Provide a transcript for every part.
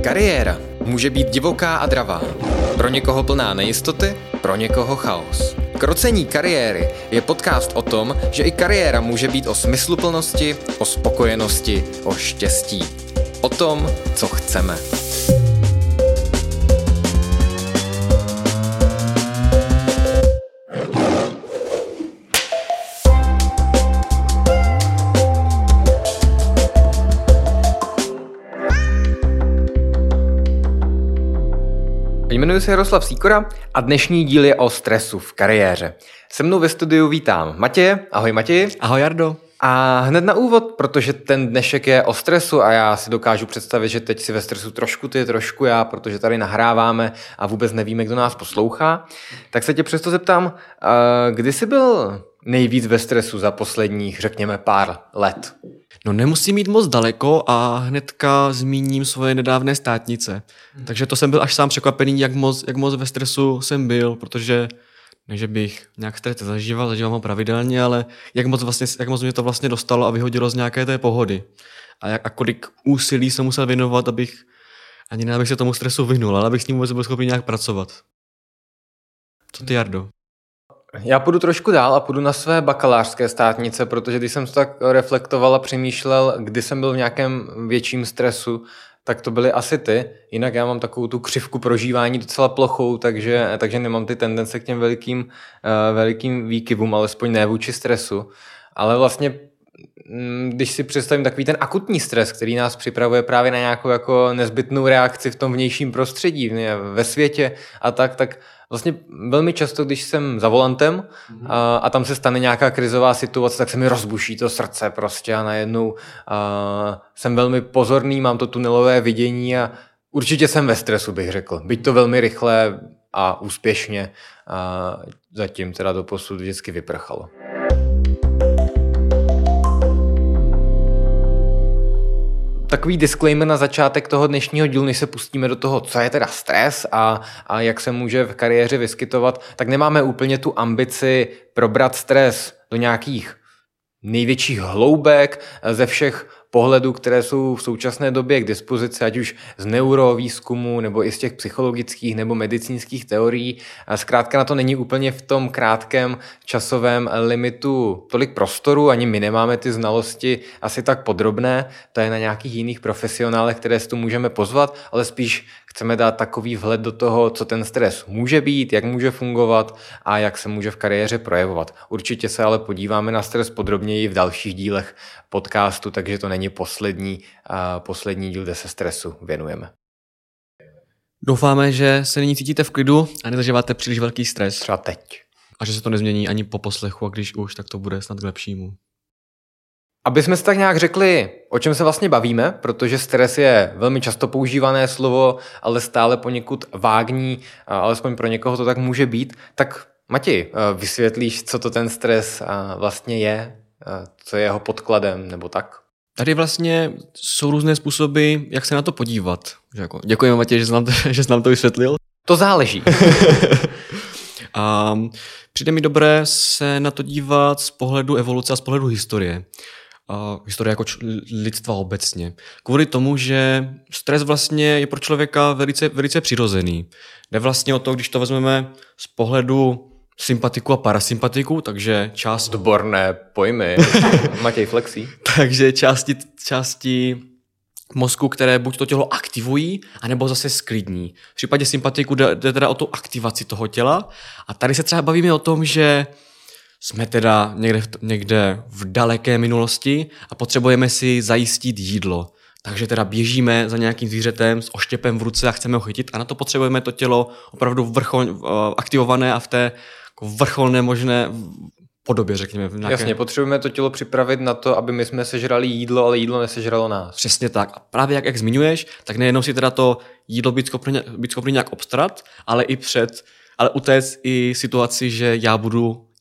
Kariéra může být divoká a dravá. Pro někoho plná nejistoty, pro někoho chaos. Krocení kariéry je podcast o tom, že i kariéra může být o smysluplnosti, o spokojenosti, o štěstí. O tom, co chceme. Jmenuji se Jaroslav Sýkora a dnešní díl je o stresu v kariéře. Se mnou ve studiu vítám Matěje. Ahoj Matěji. Ahoj Jardo. A hned na úvod, protože ten dnešek je o stresu a já si dokážu představit, že teď si ve stresu trošku ty, trošku já, protože tady nahráváme a vůbec nevíme, kdo nás poslouchá, tak se tě přesto zeptám, kdy jsi byl nejvíc ve stresu za posledních, řekněme, pár let? No nemusím jít moc daleko a hnedka zmíním svoje nedávné státnice. Takže to jsem byl až sám překvapený, jak moc ve stresu jsem byl, protože ne, že bych nějak stres zažíval ho pravidelně, ale jak moc mě to vlastně dostalo a vyhodilo z nějaké té pohody. A kolik úsilí jsem musel věnovat, abych se tomu stresu vyhnul, ale abych s ním vůbec byl schopný nějak pracovat. Co ty, Jardo? Já půjdu trošku dál a půjdu na své bakalářské státnice, protože když jsem to tak reflektoval a přemýšlel, kdy jsem byl v nějakém větším stresu, tak to byly asi ty. Jinak já mám takovou tu křivku prožívání docela plochou, takže nemám ty tendence k těm velikým výkyvům, alespoň ne vůči stresu. Ale vlastně, když si představím takový ten akutní stres, který nás připravuje právě na nějakou jako nezbytnou reakci v tom vnějším prostředí, ve světě a tak vlastně velmi často, když jsem za volantem a tam se stane nějaká krizová situace, tak se mi rozbuší to srdce prostě a najednou jsem velmi pozorný, mám to tunelové vidění a určitě jsem ve stresu, bych řekl. Byť to velmi rychle a úspěšně zatím teda doposud vždycky vyprchalo. Takový disclaimer na začátek toho dnešního dílu, než se pustíme do toho, co je teda stres a jak se může v kariéře vyskytovat, tak nemáme úplně tu ambici probrat stres do nějakých největších hloubek ze všech pohledů, které jsou v současné době k dispozici, ať už z neurovýzkumu, nebo i z těch psychologických nebo medicínských teorií. Zkrátka na to není úplně v tom krátkém časovém limitu tolik prostoru, ani my nemáme ty znalosti asi tak podrobné, to je na nějakých jiných profesionálech, které si tu můžeme pozvat, ale spíš chceme dát takový vhled do toho, co ten stres může být, jak může fungovat a jak se může v kariéře projevovat. Určitě se ale podíváme na stres podrobněji v dalších dílech podcastu, takže to není poslední díl, kde se stresu věnujeme. Doufáme, že se nyní cítíte v klidu a nezažíváte příliš velký stres. Třeba teď. A že se to nezmění ani po poslechu, a když už, tak to bude snad k lepšímu. Aby jsme si tak nějak řekli, o čem se vlastně bavíme, protože stres je velmi často používané slovo, ale stále poněkud vágní, alespoň pro někoho to tak může být, tak Matěj, vysvětlíš, co to ten stres vlastně je, co je jeho podkladem, nebo tak? Tady vlastně jsou různé způsoby, jak se na to podívat. Děkujeme, Matěj, že jsi nám to vysvětlil. To záleží. A přijde mi dobré se na to dívat z pohledu evoluce a z pohledu historie. Historie jako lidstva obecně. Kvůli tomu, že stres vlastně je pro člověka velice, velice přirozený. Jde vlastně o to, když to vezmeme z pohledu sympatiku a parasympatiku, takže Odborné pojmy. Matěj flexí. Takže části mozku, které buď to tělo aktivují, anebo zase sklidní. V případě sympatiku jde teda o tu aktivaci toho těla. A tady se třeba bavíme o tom, že jsme teda někde v daleké minulosti a potřebujeme si zajistit jídlo. Takže teda běžíme za nějakým zvířetem s oštěpem v ruce a chceme ho chytit a na to potřebujeme to tělo opravdu aktivované a v té vrcholné možné podobě, řekněme. Jasně, potřebujeme to tělo připravit na to, aby my jsme sežrali jídlo, ale jídlo nesežralo nás. Přesně tak. A právě jak zmiňuješ, tak nejenom si teda to jídlo být schopný nějak obstarat, ale utéct i situaci, že já budu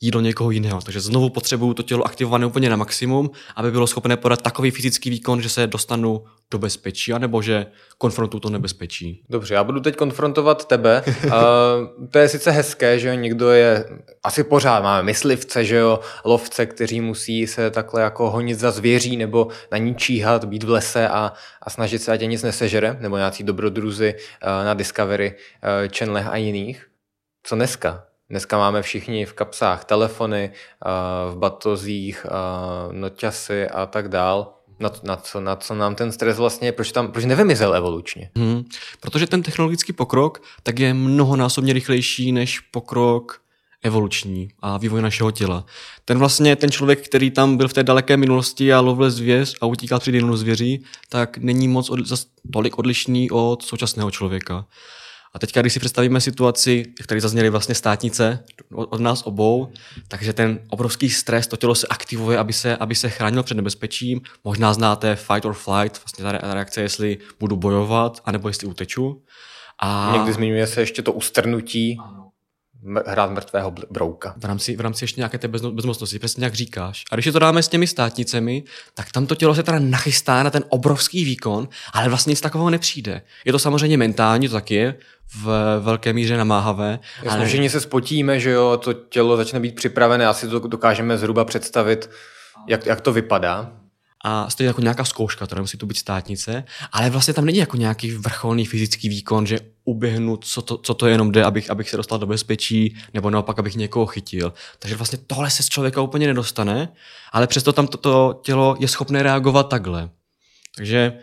jídlo někoho jiného. Takže znovu potřebuju to tělo aktivované úplně na maximum, aby bylo schopné podat takový fyzický výkon, že se dostanu do bezpečí, anebo že konfrontuju to nebezpečí. Dobře, já budu teď konfrontovat tebe. To je sice hezké, že jo, někdo je, asi pořád máme myslivce, že jo, lovce, kteří musí se takhle jako honit za zvěří nebo na ní číhat, být v lese a snažit se, ať je nic nesežere, nebo nějací dobrodruzi na Discovery Channelech a jiných. Co dneska? Dneska máme všichni v kapsách telefony, v batozích, noťasy a tak dál. Na co nám ten stres vlastně je, proč nevymizel evolučně? Protože ten technologický pokrok tak je mnohonásobně rychlejší než pokrok evoluční a vývoj našeho těla. Ten člověk, který tam byl v té daleké minulosti a lovil zvěř a utíkal před jinou zvěří, tak není moc tolik odlišný od současného člověka. A teďka, když si představíme situaci, jak tady zazněly vlastně státnice od nás obou, takže ten obrovský stres, to tělo se aktivuje, aby se chránilo před nebezpečím. Možná znáte fight or flight, vlastně ta reakce, jestli budu bojovat, anebo jestli uteču. A někdy zmiňuje se ještě to ustrnutí, hrát mrtvého brouka. V rámci ještě nějaké té bezmocnosti, přesně jak říkáš. A když si to dáme s těmi státnicemi, tak tam to tělo se teda nachystá na ten obrovský výkon, ale vlastně nic takového nepřijde. Je to samozřejmě mentální, to taky je v velké míře namáhavé. Ale všichni se spotíme, že jo, to tělo začne být připravené, asi to dokážeme zhruba představit, jak to vypadá. A stejně jako nějaká zkouška, to nemusí to být státnice, ale vlastně tam není jako nějaký vrcholný fyzický výkon, že uběhnu, co to jenom jde, abych se dostal do bezpečí, nebo naopak, abych někoho chytil. Takže vlastně tohle se z člověka úplně nedostane, ale přesto tam to tělo je schopné reagovat takhle. Takže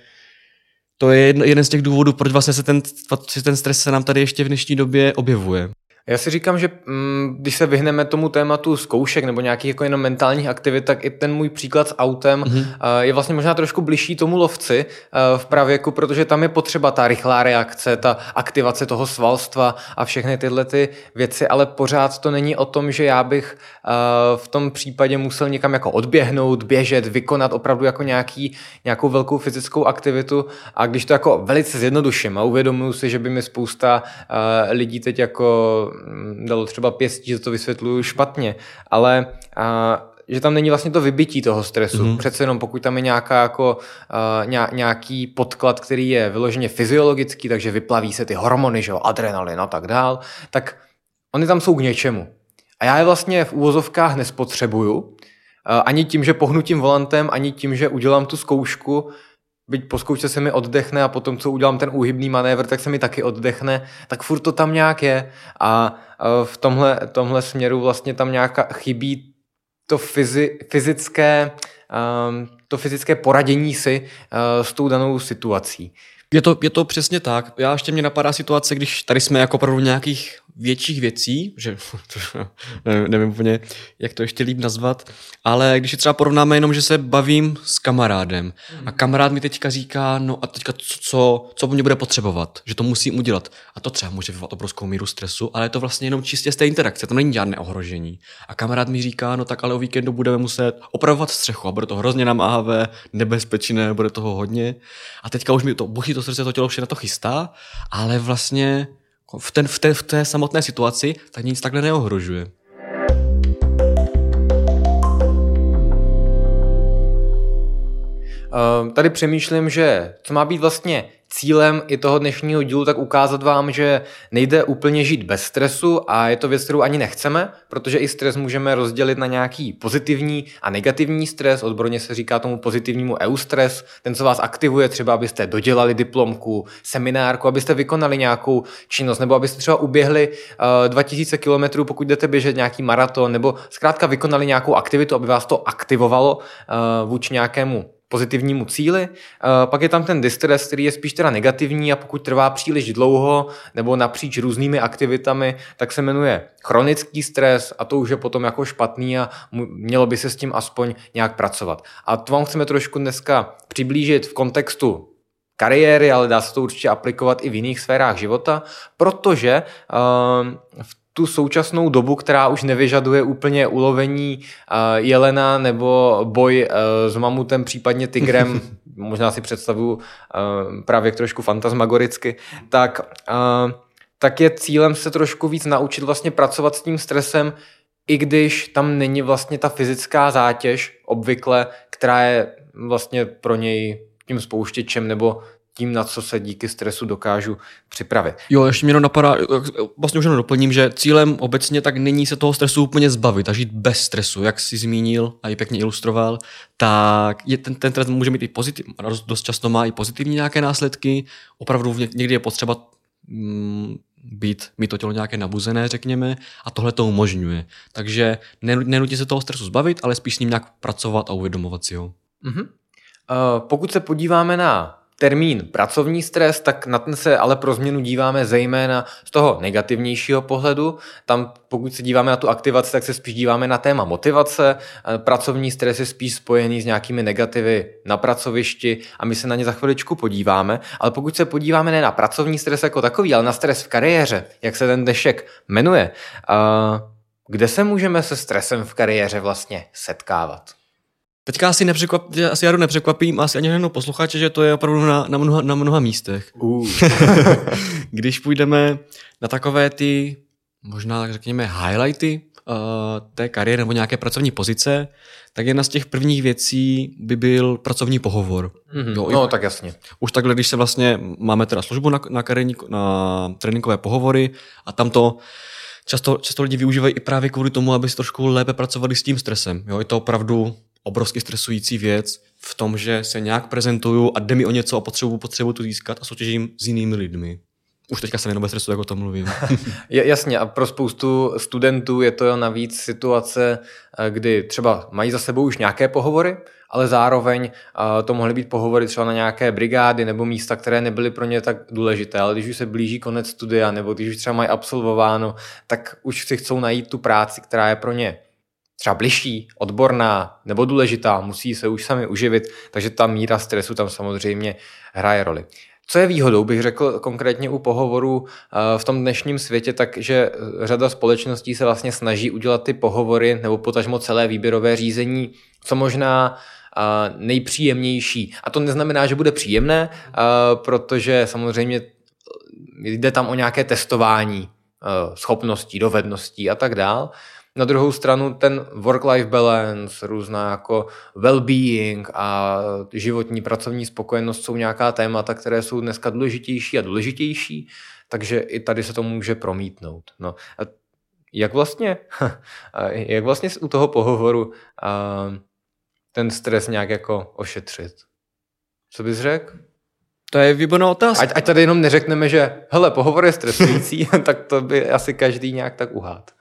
to je jeden z těch důvodů, proč vlastně ten stres se nám tady ještě v dnešní době objevuje. Já si říkám, že když se vyhneme tomu tématu zkoušek nebo nějakých jako jenom mentálních aktivit, tak i ten můj příklad s autem je vlastně možná trošku bližší tomu lovci v pravěku, protože tam je potřeba ta rychlá reakce, ta aktivace toho svalstva a všechny tyhle ty věci, ale pořád to není o tom, že já bych v tom případě musel někam jako odběhnout, běžet, vykonat opravdu jako nějakou velkou fyzickou aktivitu, a když to jako velice zjednoduším a uvědomuji si, že by mi spousta lidí teď jako dalo třeba pěstí, že to vysvětluju špatně, ale že tam není vlastně to vybití toho stresu. Přece jenom pokud tam je nějaký podklad, který je vyloženě fyziologický, takže vyplaví se ty hormony, že jo, adrenalin a tak dál, tak oni tam jsou k něčemu. A já je vlastně v úvozovkách nespotřebuju, ani tím, že pohnu tím volantem, ani tím, že udělám tu zkoušku, byť po zkoušce se mi oddechne a potom, co udělám ten úhybný manévr, tak se mi taky oddechne, tak furt to tam nějak je. A v tomhle směru vlastně tam nějaká chybí to fyzické poradění si s tou danou situací. Je to přesně tak. Mě napadá situace, když tady jsme jako opravdu nějakých větších věcí, že nevím úplně, jak to ještě líp nazvat, ale když je třeba porovnáme jenom, že se bavím s kamarádem a kamarád mi teďka říká, no a teďka co po mně bude potřebovat, že to musím udělat. A to třeba může vyvolat obrovskou míru stresu, ale je to vlastně jenom čistě z té interakce, tam není žádné ohrožení. A kamarád mi říká, no tak ale o víkendu budeme muset opravovat střechu a bude to hrozně namáhavé, nebezpečné, bude toho hodně. A teďka už mi to buchí to srdce, to tělo vše na to chystá, ale vlastně v té samotné situaci tak nic takhle neohrožuje. Tady přemýšlím, že co má být vlastně cílem i toho dnešního dílu, tak ukázat vám, že nejde úplně žít bez stresu a je to věc, kterou ani nechceme, protože i stres můžeme rozdělit na nějaký pozitivní a negativní stres, odborně se říká tomu pozitivnímu eustres, ten, co vás aktivuje, třeba abyste dodělali diplomku, seminárku, abyste vykonali nějakou činnost, nebo abyste třeba uběhli 2000 kilometrů, pokud jdete běžet nějaký maraton, nebo zkrátka vykonali nějakou aktivitu, aby vás to aktivovalo vůči nějakému pozitivnímu cíli. Pak je tam ten distres, který je spíš teda negativní a pokud trvá příliš dlouho nebo napříč různými aktivitami, tak se jmenuje chronický stres a to už je potom jako špatný a mělo by se s tím aspoň nějak pracovat. A to vám chceme trošku dneska přiblížit v kontextu kariéry, ale dá se to určitě aplikovat i v jiných sférách života, protože v tu současnou dobu, která už nevyžaduje úplně ulovení jelena nebo boj s mamutem, případně tigrem, možná si představuju právě trošku fantasmagoricky, tak je cílem se trošku víc naučit vlastně pracovat s tím stresem i když tam není vlastně ta fyzická zátěž obvykle, která je vlastně pro něj tím spouštěčem nebo tím, na co se díky stresu dokážu připravit. Jo, ještě mě napadá, vlastně už jenom doplním, že cílem obecně tak není se toho stresu úplně zbavit a žít bez stresu, jak jsi zmínil a i pěkně ilustroval, tak ten stres může mít i pozitivní, dost často má i pozitivní nějaké následky, opravdu někdy je potřeba mít to tělo nějaké nabuzené, řekněme, a tohle to umožňuje. Takže nenutí se toho stresu zbavit, ale spíš s ním nějak pracovat a uvědomovat si ho. Pokud se podíváme na termín pracovní stres, tak na ten se ale pro změnu díváme zejména z toho negativnějšího pohledu. Tam, pokud se díváme na tu aktivaci, tak se spíš díváme na téma motivace. Pracovní stres je spíš spojený s nějakými negativy na pracovišti a my se na ně za chviličku podíváme. Ale pokud se podíváme ne na pracovní stres jako takový, ale na stres v kariéře, jak se ten dnešek jmenuje, kde se můžeme se stresem v kariéře vlastně setkávat? Teďka asi Jaro nepřekvapím, asi ani jenom posluchače, že to je opravdu na mnoha místech. Když půjdeme na takové ty, možná tak řekněme, highlighty té kariéry nebo nějaké pracovní pozice, tak jedna z těch prvních věcí by byl pracovní pohovor. No, tak jasně. Už takhle, když se vlastně máme teda službu na tréninkové pohovory a tam to často lidi využívají i právě kvůli tomu, aby si trošku lépe pracovali s tím stresem. Jo, je to opravdu obrovsky stresující věc v tom, že se nějak prezentuju a jde mi o něco a potřebuji to získat a soutěžím s jinými lidmi. Už teďka se jenom bez stresu, jak o tom mluvím. Jasně, a pro spoustu studentů je to navíc situace, kdy třeba mají za sebou už nějaké pohovory, ale zároveň to mohly být pohovory třeba na nějaké brigády nebo místa, které nebyly pro ně tak důležité, ale když už se blíží konec studia nebo když už třeba mají absolvováno, tak už si chcou najít tu práci, která je pro ně třeba bližší, odborná nebo důležitá, musí se už sami uživit, takže ta míra stresu tam samozřejmě hraje roli. Co je výhodou, bych řekl konkrétně u pohovorů v tom dnešním světě, takže řada společností se vlastně snaží udělat ty pohovory nebo potažmo celé výběrové řízení co možná nejpříjemnější. A to neznamená, že bude příjemné, protože samozřejmě jde tam o nějaké testování schopností, dovedností a tak dál. Na druhou stranu ten work-life balance, různá jako well-being a životní pracovní spokojenost jsou nějaká témata, které jsou dneska důležitější a důležitější, takže i tady se to může promítnout. No. A jak vlastně u toho pohovoru ten stres nějak jako ošetřit? Co bys řekl? To je výborná otázka. Ať tady jenom neřekneme, že hele, pohovor je stresující, tak to by asi každý nějak tak uhádl.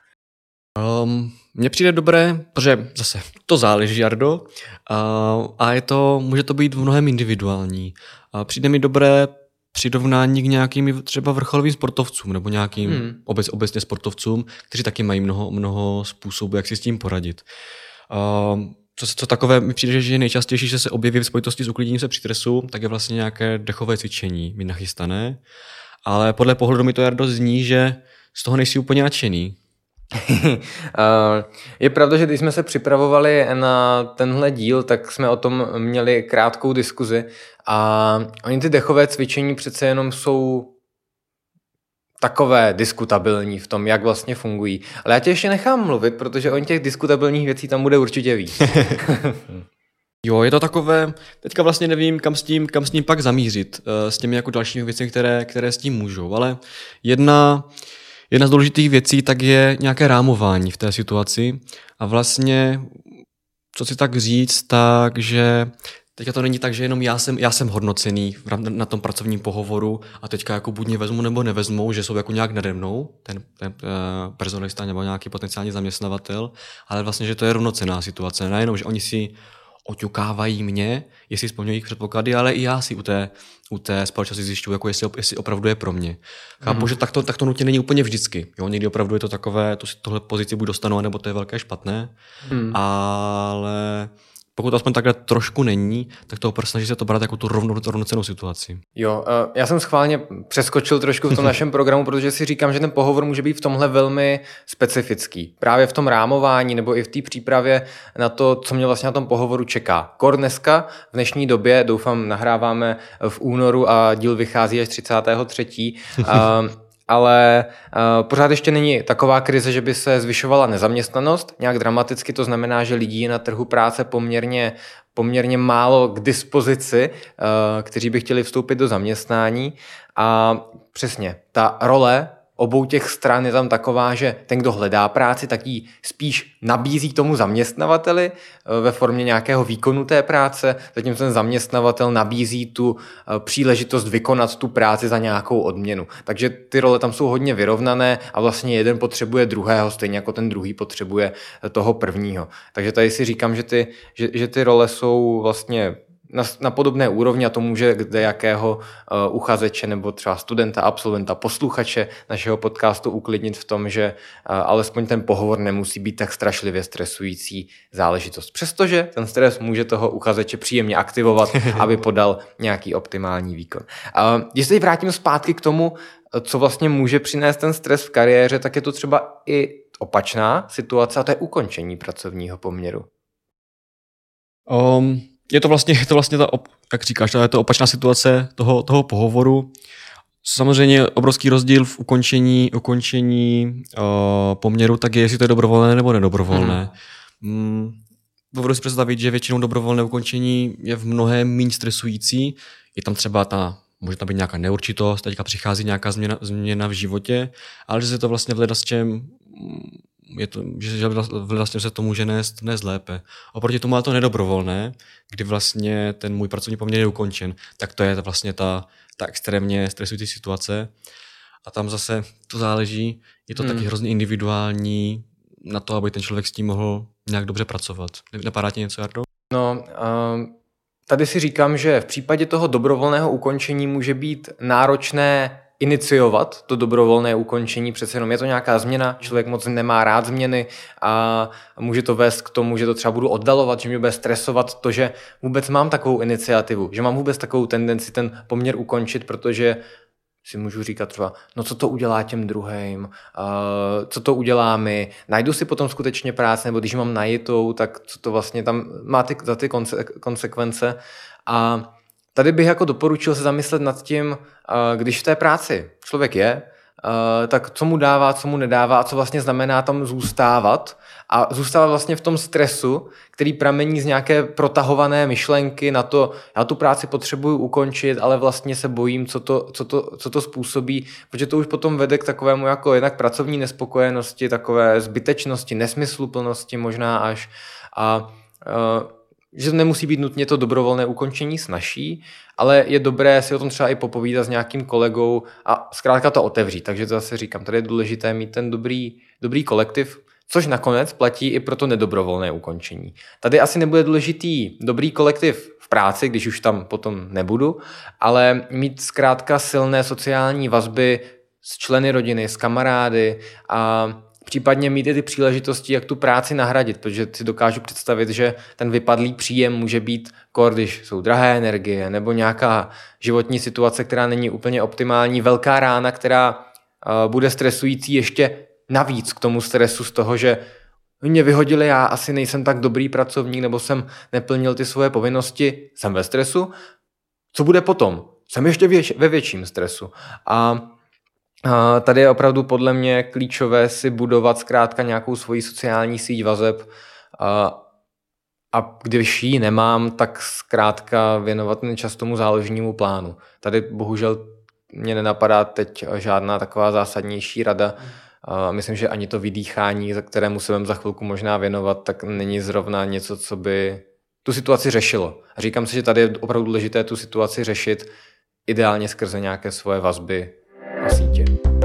Mně přijde dobré, protože zase to záleží, Jardo, a může to být v mnohem individuální. Přijde mi dobré přirovnání k nějakým třeba vrcholovým sportovcům nebo nějakým obecně sportovcům, kteří taky mají mnoho způsobů, jak si s tím poradit. Co takové mi přijde, že je nejčastější, že se objeví v spojitosti s uklidněním se při stresu, tak je vlastně nějaké dechové cvičení, mít nachystané, ale podle pohledu mi to, Jardo, zní, že z toho nejsi úplně nadšený. Je pravda, že když jsme se připravovali na tenhle díl, tak jsme o tom měli krátkou diskuzi a oni ty dechové cvičení přece jenom jsou takové diskutabilní v tom, jak vlastně fungují. Ale já tě ještě nechám mluvit, protože o těch diskutabilních věcí tam bude určitě víc. Jo, je to takové, teďka vlastně nevím, kam s tím pak zamířit, s těmi jako dalšími věci, které s tím můžou, ale jedna z důležitých věcí tak je nějaké rámování v té situaci a vlastně, co si tak říct, takže teďka to není tak, že jenom já jsem hodnocený na tom pracovním pohovoru a teďka jako buď mě vezmu nebo nevezmou, že jsou jako nějak nade mnou, ten personalista nebo nějaký potenciální zaměstnavatel, ale vlastně, že to je rovnocenná situace. Nejenom, že oni si oťukávají mě, jestli splňují jejich předpoklady, ale i já si u té společnosti zjišťuji, jako jestli opravdu je pro mě. Chápu, že tak to nutně není úplně vždycky. Jo? Někdy opravdu je to takové, tohle pozici buď dostanu, nebo to je velké špatné, ale pokud to aspoň takhle trošku není, tak to snaží se to brát jako tu rovnocennou situaci. Jo, já jsem schválně přeskočil trošku v tom našem programu, protože si říkám, že ten pohovor může být v tomhle velmi specifický. Právě v tom rámování nebo i v té přípravě na to, co mě vlastně na tom pohovoru čeká. Kor dneska, v dnešní době, doufám, nahráváme v únoru a díl vychází až 33. ale pořád ještě není taková krize, že by se zvyšovala nezaměstnanost nějak dramaticky, to znamená, že lidí je na trhu práce poměrně málo k dispozici, kteří by chtěli vstoupit do zaměstnání a přesně ta role obou těch stran je tam taková, že ten, kdo hledá práci, tak ji spíš nabízí tomu zaměstnavateli ve formě nějakého výkonu té práce, zatímco ten zaměstnavatel nabízí tu příležitost vykonat tu práci za nějakou odměnu. Takže ty role tam jsou hodně vyrovnané a vlastně jeden potřebuje druhého, stejně jako ten druhý potřebuje toho prvního. Takže tady si říkám, že ty role jsou vlastně na podobné úrovni a to může kdejakého uchazeče nebo třeba studenta, absolventa, posluchače našeho podcastu uklidnit v tom, že alespoň ten pohovor nemusí být tak strašlivě stresující záležitost. Přestože ten stres může toho uchazeče příjemně aktivovat, aby podal nějaký optimální výkon. Když se vrátím zpátky k tomu, co vlastně může přinést ten stres v kariéře, tak je to třeba i opačná situace a to je ukončení pracovního poměru. Je to vlastně jak říkáš, je to opačná situace toho pohovoru. Samozřejmě obrovský rozdíl v ukončení poměru, tak je, jestli to je dobrovolné nebo nedobrovolné. Dovedu si představit, že většinou dobrovolné ukončení je v mnohem méně stresující. Je tam třeba může tam být nějaká neurčitost, teďka přichází nějaká změna v životě, ale že se to vlastně v ledasčem vlastně se to může nést lépe. Oproti tomu je to nedobrovolné, kdy vlastně ten můj pracovní poměr je ukončen, tak to je vlastně ta extrémně stresující situace. A tam zase to záleží, je to taky hrozně individuální na to, aby ten člověk s tím mohl nějak dobře pracovat. Napadá ti něco, Jardo? No, tady si říkám, že v případě toho dobrovolného ukončení může být náročné iniciovat to dobrovolné ukončení, přece jenom je to nějaká změna, člověk moc nemá rád změny a může to vést k tomu, že to třeba budu oddalovat, že mě bude stresovat to, že vůbec mám takovou iniciativu, že mám vůbec takovou tendenci ten poměr ukončit, protože si můžu říkat třeba, no co to udělá těm druhým, co to udělá mi, najdu si potom skutečně práci, nebo když mám najitou, tak co to vlastně tam má za ty konsekvence. A tady bych jako doporučil se zamyslet nad tím, když v té práci člověk je, tak co mu dává, co mu nedává a co vlastně znamená tam zůstávat. A zůstávat vlastně v tom stresu, který pramení z nějaké protahované myšlenky na to, já tu práci potřebuju ukončit, ale vlastně se bojím, co to způsobí, protože to už potom vede k takovému jako jednak pracovní nespokojenosti, takové zbytečnosti, nesmysluplnosti možná až že to nemusí být nutně to dobrovolné ukončení snazší, ale je dobré si o tom třeba i popovídat s nějakým kolegou a zkrátka to otevřít. Takže zase říkám, tady je důležité mít ten dobrý kolektiv, což nakonec platí i pro to nedobrovolné ukončení. Tady asi nebude důležitý dobrý kolektiv v práci, když už tam potom nebudu, ale mít zkrátka silné sociální vazby s členy rodiny, s kamarády a případně mít i ty příležitosti, jak tu práci nahradit, protože si dokážu představit, že ten vypadlý příjem může být když jsou drahé energie nebo nějaká životní situace, která není úplně optimální, velká rána, která bude stresující ještě navíc k tomu stresu z toho, že mě vyhodili, já asi nejsem tak dobrý pracovník nebo jsem neplnil ty svoje povinnosti, jsem ve stresu. Co bude potom? Jsem ještě ve větším stresu. A tady je opravdu podle mě klíčové si budovat zkrátka nějakou svoji sociální síť vazeb a když ji nemám, tak zkrátka věnovat ten čas tomu záložnímu plánu. Tady bohužel mě nenapadá teď žádná taková zásadnější rada. Myslím, že ani to vydýchání, kterému se budeme za chvilku možná věnovat, tak není zrovna něco, co by tu situaci řešilo. A říkám si, že tady je opravdu důležité tu situaci řešit ideálně skrze nějaké svoje vazby a sítě.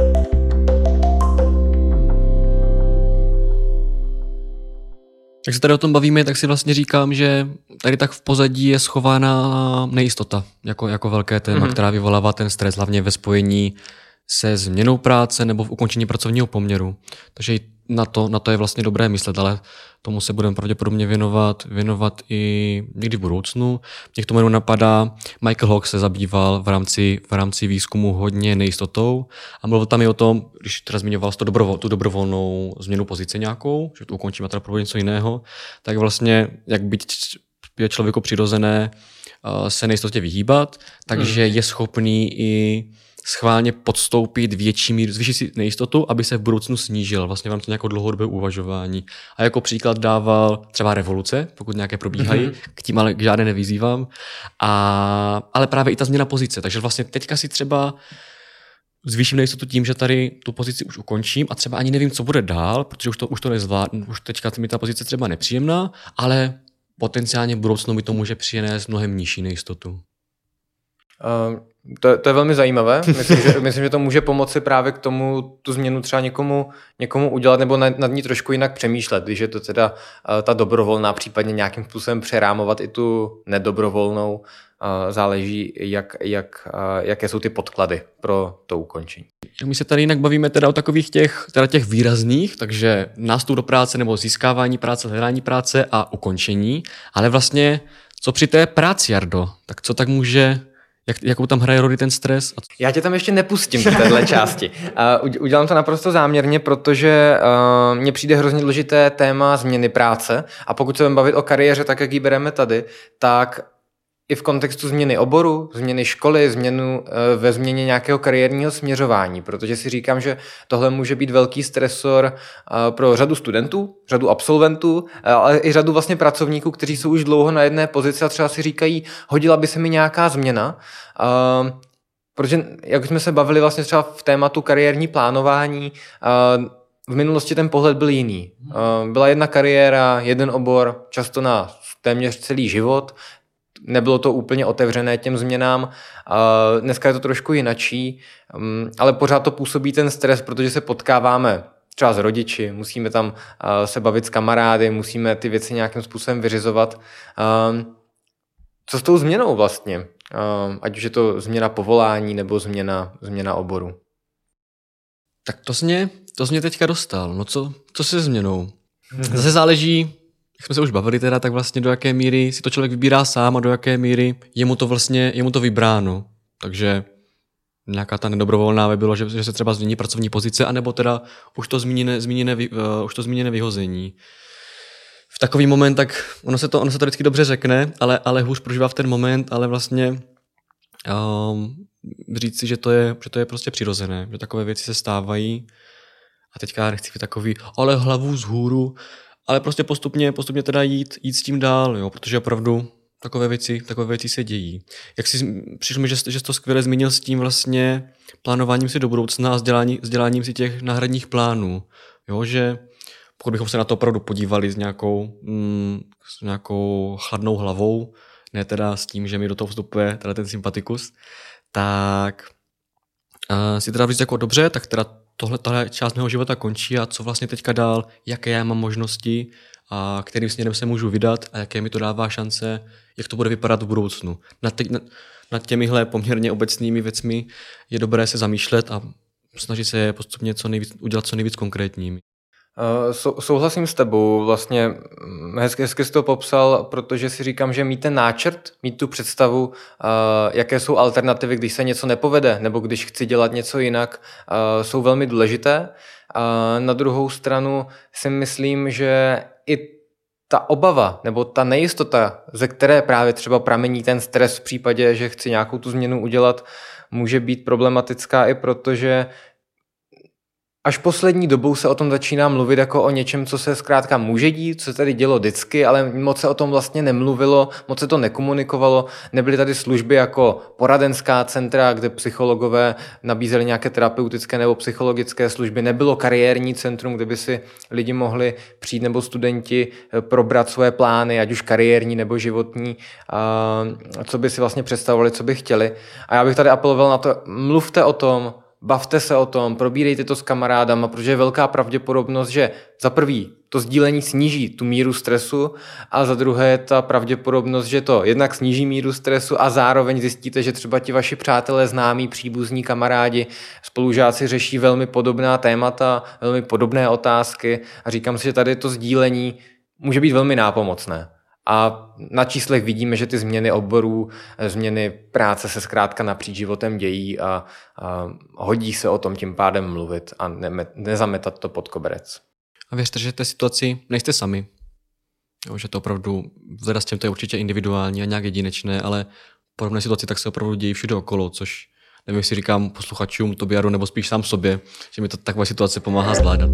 Jak se tady o tom bavíme, tak si vlastně říkám, že tady tak v pozadí je schována nejistota jako velké téma, která vyvolává ten stres, hlavně ve spojení se změnou práce nebo v ukončení pracovního poměru. Takže na to je vlastně dobré myslet, ale tomu se budeme pravděpodobně věnovat i někdy v budoucnu. Mě k tomu napadá, Michael Hawke se zabýval v rámci výzkumu hodně nejistotou a mluvil tam i o tom, když teda zmiňoval tu dobrovolnou změnu pozice nějakou, že to ukončíme a teda pro něco jiného, tak vlastně jak být je člověku přirozené se nejistotě vyhýbat, takže je schopný i schválně podstoupit větší míru, zvýšit si nejistotu, aby se v budoucnu snížil vlastně v rámci nějakého dlouhodobého uvažování. A jako příklad dával třeba revoluce, pokud nějaké probíhají, k tím ale k žádné nevyzývám, ale právě i ta změna pozice. Takže vlastně teďka si třeba zvýším nejistotu tím, že tady tu pozici už ukončím a třeba ani nevím, co bude dál, protože už to nezvládnu, už teďka mi ta pozice třeba nepříjemná, ale potenciálně v budoucnu mi to může přinést mnohem nižší nejistotu. To je velmi zajímavé. Myslím, že to může pomoci právě k tomu tu změnu třeba někomu udělat nebo nad ní trošku jinak přemýšlet, když je to teda ta dobrovolná, případně nějakým způsobem přerámovat i tu nedobrovolnou. Záleží, jaké jsou ty podklady pro to ukončení. My se tady jinak bavíme teda o takových těch výrazných, takže nástup do práce nebo získávání práce, hledání práce a ukončení, ale vlastně co při té práci, Jardo? Tak co tak může, jakou tam hraje roli ten stres? Já tě tam ještě nepustím do téhle části. Udělám to naprosto záměrně, protože mně přijde hrozně důležité téma změny práce a pokud se budeme bavit o kariéře, tak jak ji bereme tady, tak i v kontextu změny oboru, změny školy, ve změně nějakého kariérního směřování, protože si říkám, že tohle může být velký stresor pro řadu studentů, řadu absolventů, ale i řadu vlastně pracovníků, kteří jsou už dlouho na jedné pozici a třeba si říkají, hodila by se mi nějaká změna, protože jak jsme se bavili vlastně třeba v tématu kariérní plánování, v minulosti ten pohled byl jiný. Byla jedna kariéra, jeden obor, často na téměř celý život. Nebylo to úplně otevřené těm změnám. Dneska je to trošku jinačí, ale pořád to působí ten stres, protože se potkáváme třeba s rodiči, musíme tam se bavit s kamarády, musíme ty věci nějakým způsobem vyřizovat. Co s tou změnou vlastně? Ať už je to změna povolání nebo změna oboru. Tak to jsi mě teďka dostal. No co se změnou? Zase záleží, jak jsme se už bavili teda, tak vlastně do jaké míry si to člověk vybírá sám a do jaké míry je mu to vybráno. Takže nějaká ta nedobrovolná by bylo, že se třeba změní pracovní pozice, anebo teda už to zmíněné vyhození. V takový moment, tak ono se to vždycky dobře řekne, ale hůř prožívá v ten moment, ale vlastně říct si, že to je prostě přirozené, že takové věci se stávají a teďka nechci být takový, ale hlavu vzhůru, ale prostě postupně teda jít s tím dál, jo, protože opravdu takové věci se dějí. Jak si přišlo mi, že jsi to skvěle zmínil s tím vlastně plánováním si do budoucna a sděláním si těch náhradních plánů, jo, že pokud bychom se na to opravdu podívali s nějakou chladnou hlavou, ne teda s tím, že mi do toho vstupuje teda ten sympatikus, tak si teda říct jako dobře, tak teda tahle část mého života končí a co vlastně teďka dál, jaké já mám možnosti a kterým směrem se můžu vydat a jaké mi to dává šance, jak to bude vypadat v budoucnu. Nad těmihle poměrně obecnými věcmi je dobré se zamýšlet a snažit se postupně udělat co nejvíc konkrétními. Souhlasím s tebou, vlastně hezky jsi to popsal, protože si říkám, že mít ten náčrt, mít tu představu, jaké jsou alternativy, když se něco nepovede, nebo když chci dělat něco jinak, jsou velmi důležité. Na druhou stranu si myslím, že i ta obava nebo ta nejistota, ze které právě třeba pramení ten stres v případě, že chci nějakou tu změnu udělat, může být problematická i protože až poslední dobou se o tom začíná mluvit jako o něčem, co se zkrátka může dít, co se tady dělo vždycky, ale moc se o tom vlastně nemluvilo, moc se to nekomunikovalo, nebyly tady služby jako poradenská centra, kde psychologové nabízeli nějaké terapeutické nebo psychologické služby, nebylo kariérní centrum, kde by si lidi mohli přijít nebo studenti probrat své plány, ať už kariérní nebo životní, co by si vlastně představovali, co by chtěli. A já bych tady apeloval na to, mluvte o tom, bavte se o tom, probírejte to s kamarádama, protože je velká pravděpodobnost, že za prvý to sdílení sníží tu míru stresu a za druhé je ta pravděpodobnost, že to jednak sníží míru stresu a zároveň zjistíte, že třeba ti vaši přátelé, známí, příbuzní, kamarádi, spolužáci řeší velmi podobná témata, velmi podobné otázky a říkám si, že tady to sdílení může být velmi nápomocné. A na číslech vidíme, že ty změny oborů, změny práce se zkrátka napříč životem dějí a hodí se o tom tím pádem mluvit a nezametat to pod koberec. A věřte, že v té situaci nejste sami. Jo, že to opravdu, vzhledem s tím to je určitě individuální a nějak jedinečné, ale podobné situaci tak se opravdu dějí všude okolo, což Nevím, jestli říkám posluchačům, Tobiaru, nebo spíš sám sobě, že mi to takové situace pomáhá zvládat.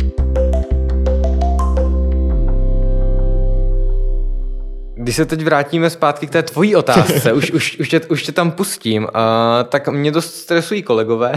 Když se teď vrátíme zpátky k té tvojí otázce, už tě tam pustím, tak mě dost stresují kolegové.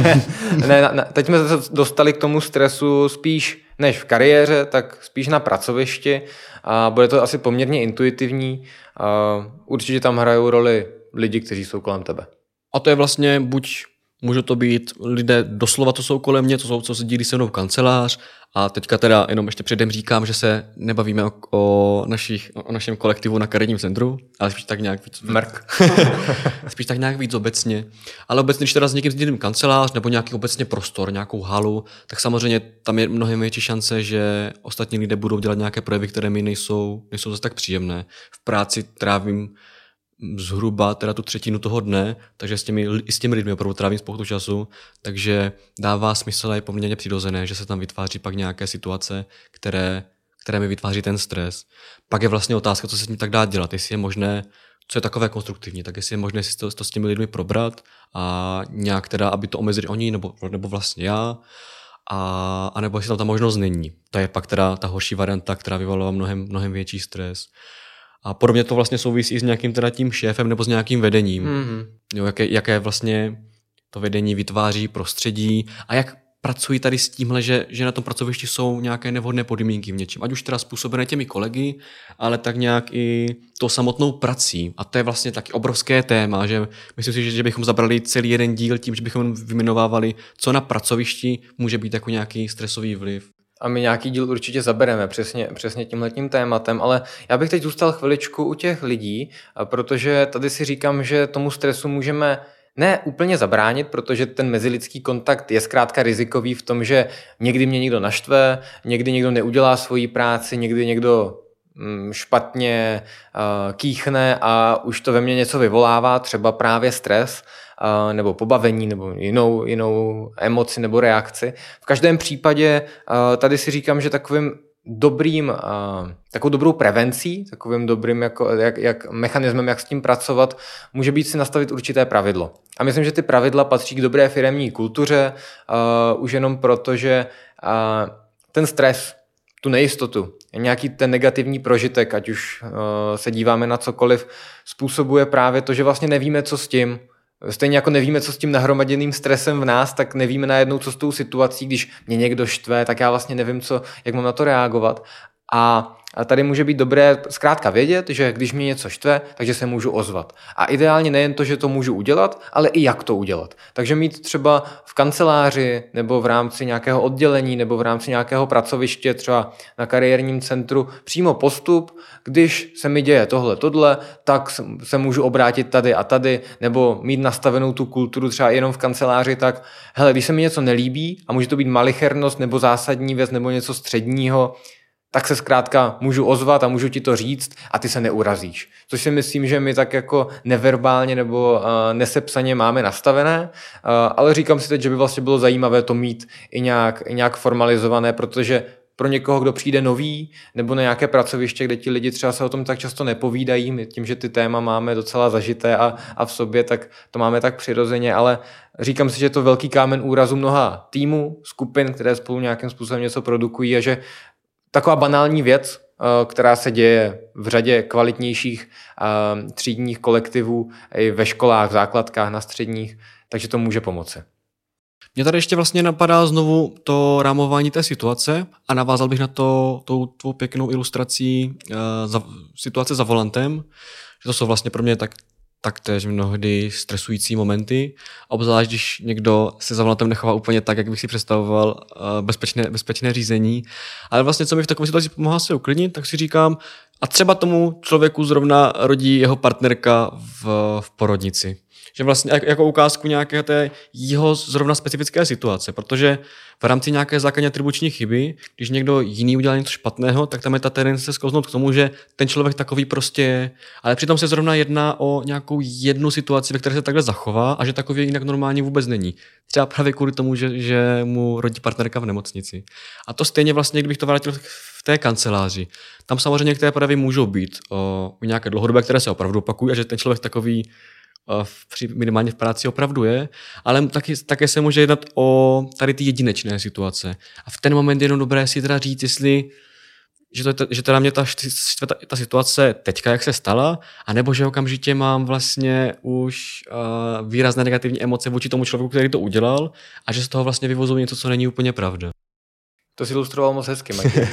Teď jsme se dostali k tomu stresu spíš než v kariéře, tak spíš na pracovišti a bude to asi poměrně intuitivní. Určitě tam hrajou roli lidi, kteří jsou kolem tebe. A to je vlastně můžou to být lidé doslova, co jsou kolem mě, co se dílí se mnou v kancelář. A teďka teda jenom ještě předem říkám, že se nebavíme o našem kolektivu na kariérním centru, ale spíš tak nějak víc. Spíš tak nějak víc obecně. Ale obecně, když teda s někým sdílím kancelář nebo nějaký obecně prostor, nějakou halu, tak samozřejmě tam je mnohem větší šance, že ostatní lidé budou dělat nějaké projevy, které mi nejsou zase tak příjemné. V práci trávím zhruba teda tu třetinu toho dne, takže s těmi lidmi opravdu trávím spoustu času, takže dává smysl a je poměrně přirozené, že se tam vytváří pak nějaké situace, které mi vytváří ten stres. Pak je vlastně otázka, co se s tím tak dá dělat, jestli je možné, co je takové konstruktivní, tak jestli je možné si to s těmi lidmi probrat a nějak teda, aby to omezili oni nebo vlastně já, a nebo jestli tam ta možnost není. To je pak teda ta horší varianta, která vyvolává mnohem větší stres. A podobně to vlastně souvisí s nějakým teda tím šéfem nebo s nějakým vedením. Mm-hmm. Jo, jaké vlastně to vedení vytváří prostředí a jak pracují tady s tímhle, že na tom pracovišti jsou nějaké nevhodné podmínky v něčem. Ať už teda způsobené těmi kolegy, ale tak nějak i tou samotnou prací. A to je vlastně taky obrovské téma, že myslím si, že bychom zabrali celý jeden díl tím, že bychom vyjmenovávali, co na pracovišti může být jako nějaký stresový vliv. A my nějaký díl určitě zabereme přesně tímhletím tématem, ale já bych teď zůstal chviličku u těch lidí, protože tady si říkám, že tomu stresu můžeme ne úplně zabránit, protože ten mezilidský kontakt je zkrátka rizikový v tom, že někdy mě někdo naštve, někdy někdo neudělá svoji práci, někdy někdo špatně kýchne a už to ve mně něco vyvolává, třeba právě stres, nebo pobavení, nebo jinou emoci nebo reakci. V každém případě tady si říkám, že takovou dobrou prevencí, takovým dobrým jak mechanismem, jak s tím pracovat, může být si nastavit určité pravidlo. A myslím, že ty pravidla patří k dobré firemní kultuře, už jenom proto, že ten stres, tu nejistotu, nějaký ten negativní prožitek, ať už se díváme na cokoliv, způsobuje právě to, že vlastně nevíme, co s tím. Stejně jako nevíme, co s tím nahromaděným stresem v nás, tak nevíme najednou, co s tou situací, když mě někdo štve, tak já vlastně nevím, jak mám na to reagovat. A tady může být dobré zkrátka vědět, že když mě něco štve, takže se můžu ozvat. A ideálně nejen to, že to můžu udělat, ale i jak to udělat. Takže mít třeba v kanceláři nebo v rámci nějakého oddělení nebo v rámci nějakého pracoviště, třeba na kariérním centru, přímo postup, když se mi děje tohle, tak se můžu obrátit tady a tady, nebo mít nastavenou tu kulturu třeba jenom v kanceláři, tak hele, když se mi něco nelíbí a může to být malichernost nebo zásadní věc nebo něco středního, tak se zkrátka můžu ozvat a můžu ti to říct a ty se neurazíš. Což si myslím, že my tak jako neverbálně nebo nesepsaně máme nastavené, ale říkám si teď, že by vlastně bylo zajímavé to mít i nějak formalizované, protože pro někoho, kdo přijde nový, nebo na nějaké pracoviště, kde ti lidi třeba se o tom tak často nepovídají, my tím, že ty téma máme docela zažité a v sobě, tak to máme tak přirozeně, ale říkám si, že je to velký kámen úrazu mnoha týmů, skupin, které spolu nějakým způsobem něco produkují a že taková banální věc, která se děje v řadě kvalitnějších třídních kolektivů i ve školách, v základkách, na středních, takže to může pomoci. Mně tady ještě vlastně napadá znovu to rámování té situace a navázal bych na to tou tvou pěknou ilustrací situace za volantem, že to jsou vlastně pro mě taktéž mnohdy stresující momenty, obzvlášť když někdo se za volantem nechová úplně tak, jak bych si představoval bezpečné řízení. Ale vlastně, co mi v takové situaci pomáhá se uklidnit, tak si říkám, a třeba tomu člověku zrovna rodí jeho partnerka v porodnici. Že vlastně jako ukázku nějaké té jeho zrovna specifické situace, protože v rámci nějaké základní atribuční chyby, když někdo jiný udělá něco špatného, tak tam je ta tendence sklouznout k tomu, že ten člověk takový prostě je, ale přitom se zrovna jedná o nějakou jednu situaci, ve které se takhle zachová a že takový jinak normálně vůbec není. Třeba právě kvůli tomu, že mu rodí partnerka v nemocnici. A to stejně vlastně, kdybych to vrátil v té kanceláři. Tam samozřejmě některé projevy můžou být o nějaké dlouhodobé, které se opravdu opakují a že ten člověk takový minimálně v práci opravdu je, ale také se může jednat o tady ty jedinečné situace. A v ten moment je jenom dobré si teda říct, jestli že teda mě ta situace teďka, jak se stala, anebo že okamžitě mám vlastně už výrazné negativní emoce vůči tomu člověku, který to udělal a že z toho vlastně vyvozuji něco, co není úplně pravda. To si ilustroval moc hezky, Matěj.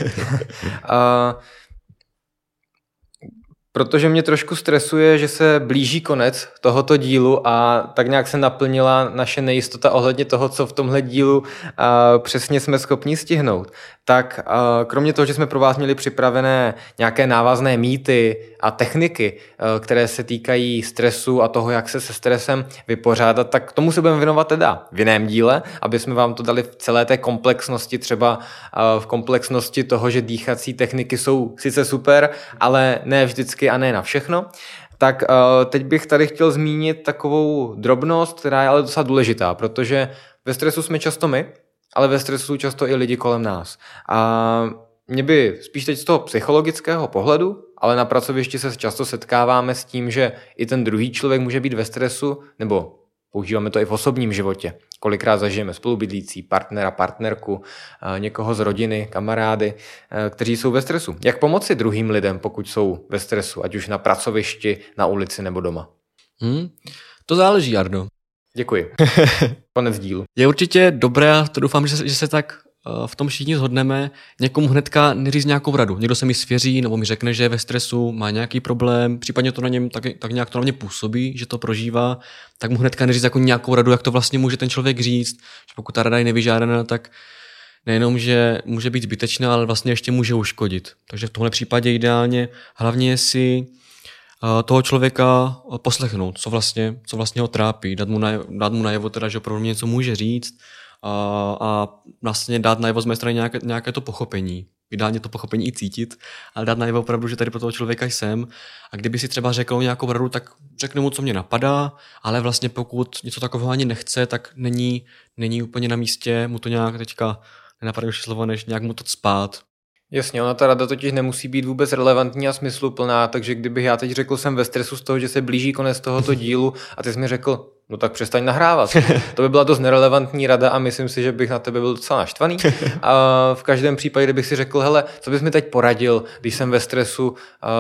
Protože mě trošku stresuje, že se blíží konec tohoto dílu a tak nějak se naplnila naše nejistota ohledně toho, co v tomhle dílu přesně jsme schopni stihnout. Tak kromě toho, že jsme pro vás měli připravené nějaké návazné mýty a techniky, které se týkají stresu a toho, jak se stresem vypořádat, tak tomu se budeme věnovat teda v jiném díle, aby jsme vám to dali v celé té komplexnosti, třeba v komplexnosti toho, že dýchací techniky jsou sice super, ale ne vždycky a ne na všechno. Tak teď bych tady chtěl zmínit takovou drobnost, která je ale docela důležitá, protože ve stresu jsme často my, ale ve stresu jsou často i lidi kolem nás. A mě by spíš teď z toho psychologického pohledu, ale na pracovišti se často setkáváme s tím, že i ten druhý člověk může být ve stresu, nebo používáme to i v osobním životě. Kolikrát zažijeme spolubydlící, partnera, partnerku, někoho z rodiny, kamarády, kteří jsou ve stresu. Jak pomoci druhým lidem, pokud jsou ve stresu, ať už na pracovišti, na ulici nebo doma? To záleží, Jardo. Děkuji. Konec dílu. Je určitě dobré, a to doufám, že se tak v tom všichni shodneme, někomu hnedka neříct nějakou radu. Někdo se mi svěří nebo mi řekne, že je ve stresu, má nějaký problém, případně to na něm tak nějak to na mě působí, že to prožívá, tak mu hnedka neříct jako nějakou radu, jak to vlastně může ten člověk říct. Že pokud ta rada je nevyžádaná, tak nejenom, že může být zbytečná, ale vlastně ještě může uškodit. Takže v tomhle případě ideálně hlavně si toho člověka poslechnout, co vlastně ho trápí, dát mu najevo teda, že opravdu něco může říct, a vlastně dát najevo z mé strany nějaké to pochopení. Ideálně to pochopení i cítit, ale dát najevo opravdu, že tady pro toho člověka jsem. A kdyby si třeba řekl nějakou radu, tak řeknu mu, co mě napadá, ale vlastně pokud něco takového ani nechce, tak není úplně na místě mu to nějak teďka nenapadá už slovo, než nějak mu to cpát. Jasně, ona ta rada totiž nemusí být vůbec relevantní a smysluplná, takže kdybych já teď řekl, jsem ve stresu z toho, že se blíží konec tohoto dílu a ty jsi mi řekl, no tak přestaň nahrávat. To by byla dost nerelevantní rada a myslím si, že bych na tebe byl docela naštvaný. A v každém případě, kdybych si řekl, hele, co bys mi teď poradil, když jsem ve stresu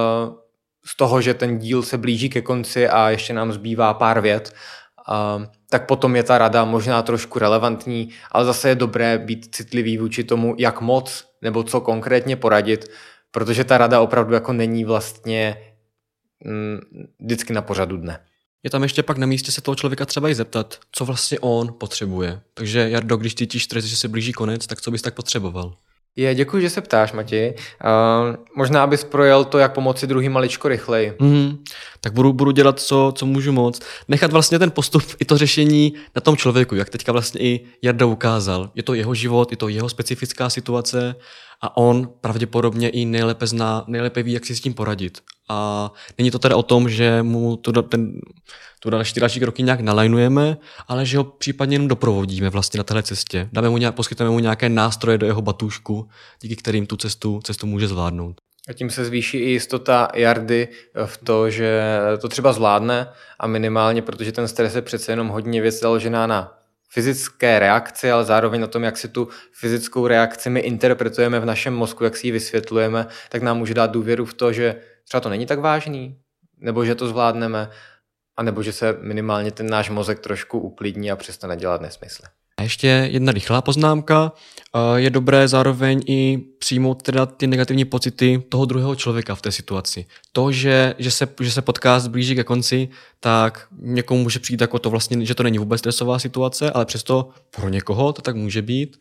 z toho, že ten díl se blíží ke konci a ještě nám zbývá pár vět, tak potom je ta rada možná trošku relevantní, ale zase je dobré být citlivý vůči tomu, jak moc nebo co konkrétně poradit, protože ta rada opravdu jako není vlastně vždycky na pořadu dne. Je tam ještě pak na místě se toho člověka třeba i zeptat, co vlastně on potřebuje. Takže Jardo, když cítíš stres, že se blíží konec, tak co bys tak potřeboval? Děkuji, že se ptáš, Matěj. Možná bys projel to, jak pomoci druhým maličko rychleji. Tak budu dělat, co můžu moc. Nechat vlastně ten postup i to řešení na tom člověku, jak teďka vlastně i Jarda ukázal. Je to jeho život, je to jeho specifická situace a on pravděpodobně i nejlépe ví, jak si s tím poradit. A není to teda o tom, že mu tu další kroky nějak nalajnujeme, ale že ho případně jenom doprovodíme vlastně na téhle cestě. Poskytneme mu nějaké nástroje do jeho batůžku, díky kterým tu cestu může zvládnout. A tím se zvýší i jistota Jardy v to, že to třeba zvládne a minimálně, protože ten stres je přece jenom hodně věc založená na fyzické reakci, ale zároveň na tom, jak si tu fyzickou reakci my interpretujeme v našem mozku, jak si ji vysvětlujeme, tak nám může dát důvěru v to, že třeba to není tak vážný, nebo že to zvládneme, anebo že se minimálně ten náš mozek trošku uklidní a přestane dělat nesmysly. A ještě jedna rychlá poznámka. Je dobré zároveň i přijmout teda ty negativní pocity toho druhého člověka v té situaci. To, že se podcast blíží ke konci, tak někomu může přijít jako to vlastně, že to není vůbec stresová situace, ale přesto pro někoho to tak může být.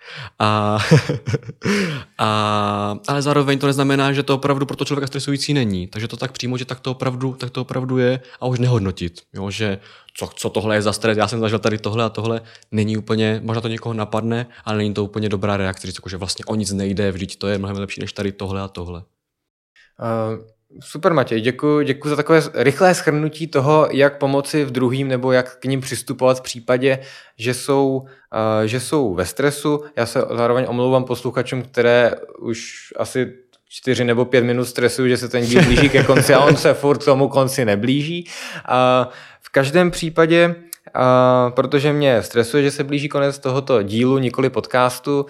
Ale zároveň to neznamená, že to opravdu pro toho člověka stresující není. Takže to tak přijmout, že tak to opravdu je a už nehodnotit. Jo, že co tohle je za stres, já jsem zažil tady tohle a tohle, není úplně, možná to někoho napadne, ale není to úplně dobrá reakce, že vlastně o nic nejde, vždyť to je mnohem lepší než tady tohle a tohle. Super, Matěj, děkuji za takové rychlé shrnutí toho, jak pomoci v druhým nebo jak k ním přistupovat v případě, že jsou ve stresu. Já se zároveň omlouvám posluchačům, které už asi 4 nebo 5 minut stresuju, že se ten díl blíží ke konci a on se furt tomu konci neblíží. V každém případě, protože mě stresuje, že se blíží konec tohoto dílu, nikoli podcastu,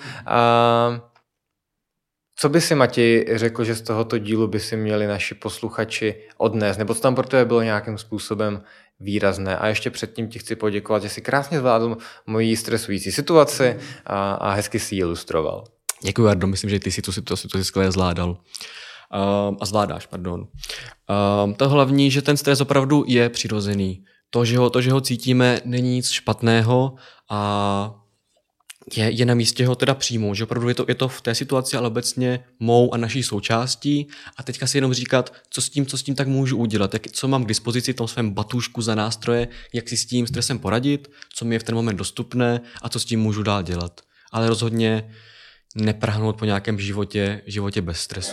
co by si, Matěj, řekl, že z tohoto dílu by si měli naši posluchači odnést, nebo co tam pro tebe bylo nějakým způsobem výrazné? A ještě předtím ti chci poděkovat, že jsi krásně zvládl moji stresující situaci a hezky si ji ilustroval. Děkuji, Jardo, myslím, že ty si tu situaci skvěle zvládal. A zvládáš, pardon. To hlavní, že ten stres opravdu je přirozený. To, že ho cítíme, není nic špatného a je na místě ho teda přijmout, že opravdu je to v té situaci, ale obecně mou a naší součástí a teďka si jenom říkat, co s tím tak můžu udělat, co mám k dispozici v tom svém batůžku za nástroje, jak si s tím stresem poradit, co mi je v ten moment dostupné a co s tím můžu dál dělat. Ale rozhodně neprahnout po nějakém životě bez stresu.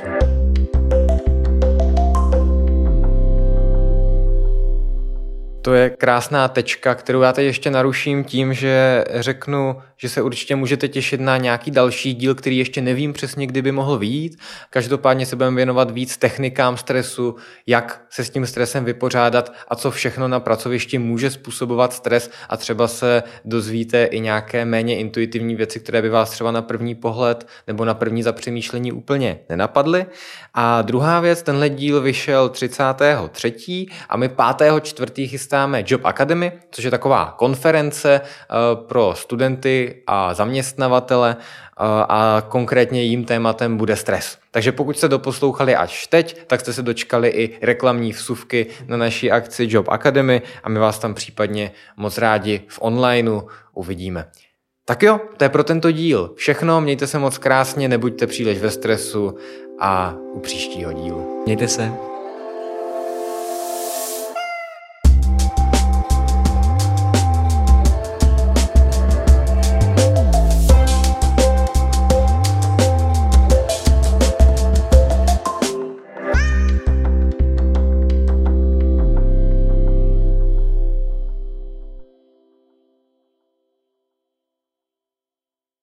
To je krásná tečka, kterou já teď ještě naruším tím, že řeknu, že se určitě můžete těšit na nějaký další díl, který ještě nevím přesně, kdy by mohl vyjít. Každopádně se budeme věnovat víc technikám stresu, jak se s tím stresem vypořádat a co všechno na pracovišti může způsobovat stres a třeba se dozvíte i nějaké méně intuitivní věci, které by vás třeba na první pohled nebo na první zapřemýšlení úplně nenapadly. A druhá věc, tenhle díl vyšel 33. a my 5.4. chystáme Job Academy, což je taková konference pro studenty a zaměstnavatele a konkrétně jím tématem bude stres. Takže pokud jste doposlouchali až teď, tak jste se dočkali i reklamní vsuvky na naší akci Job Academy a my vás tam případně moc rádi v onlineu uvidíme. Tak jo, to je pro tento díl všechno, mějte se moc krásně, nebuďte příliš ve stresu a u příštího dílu. Mějte se.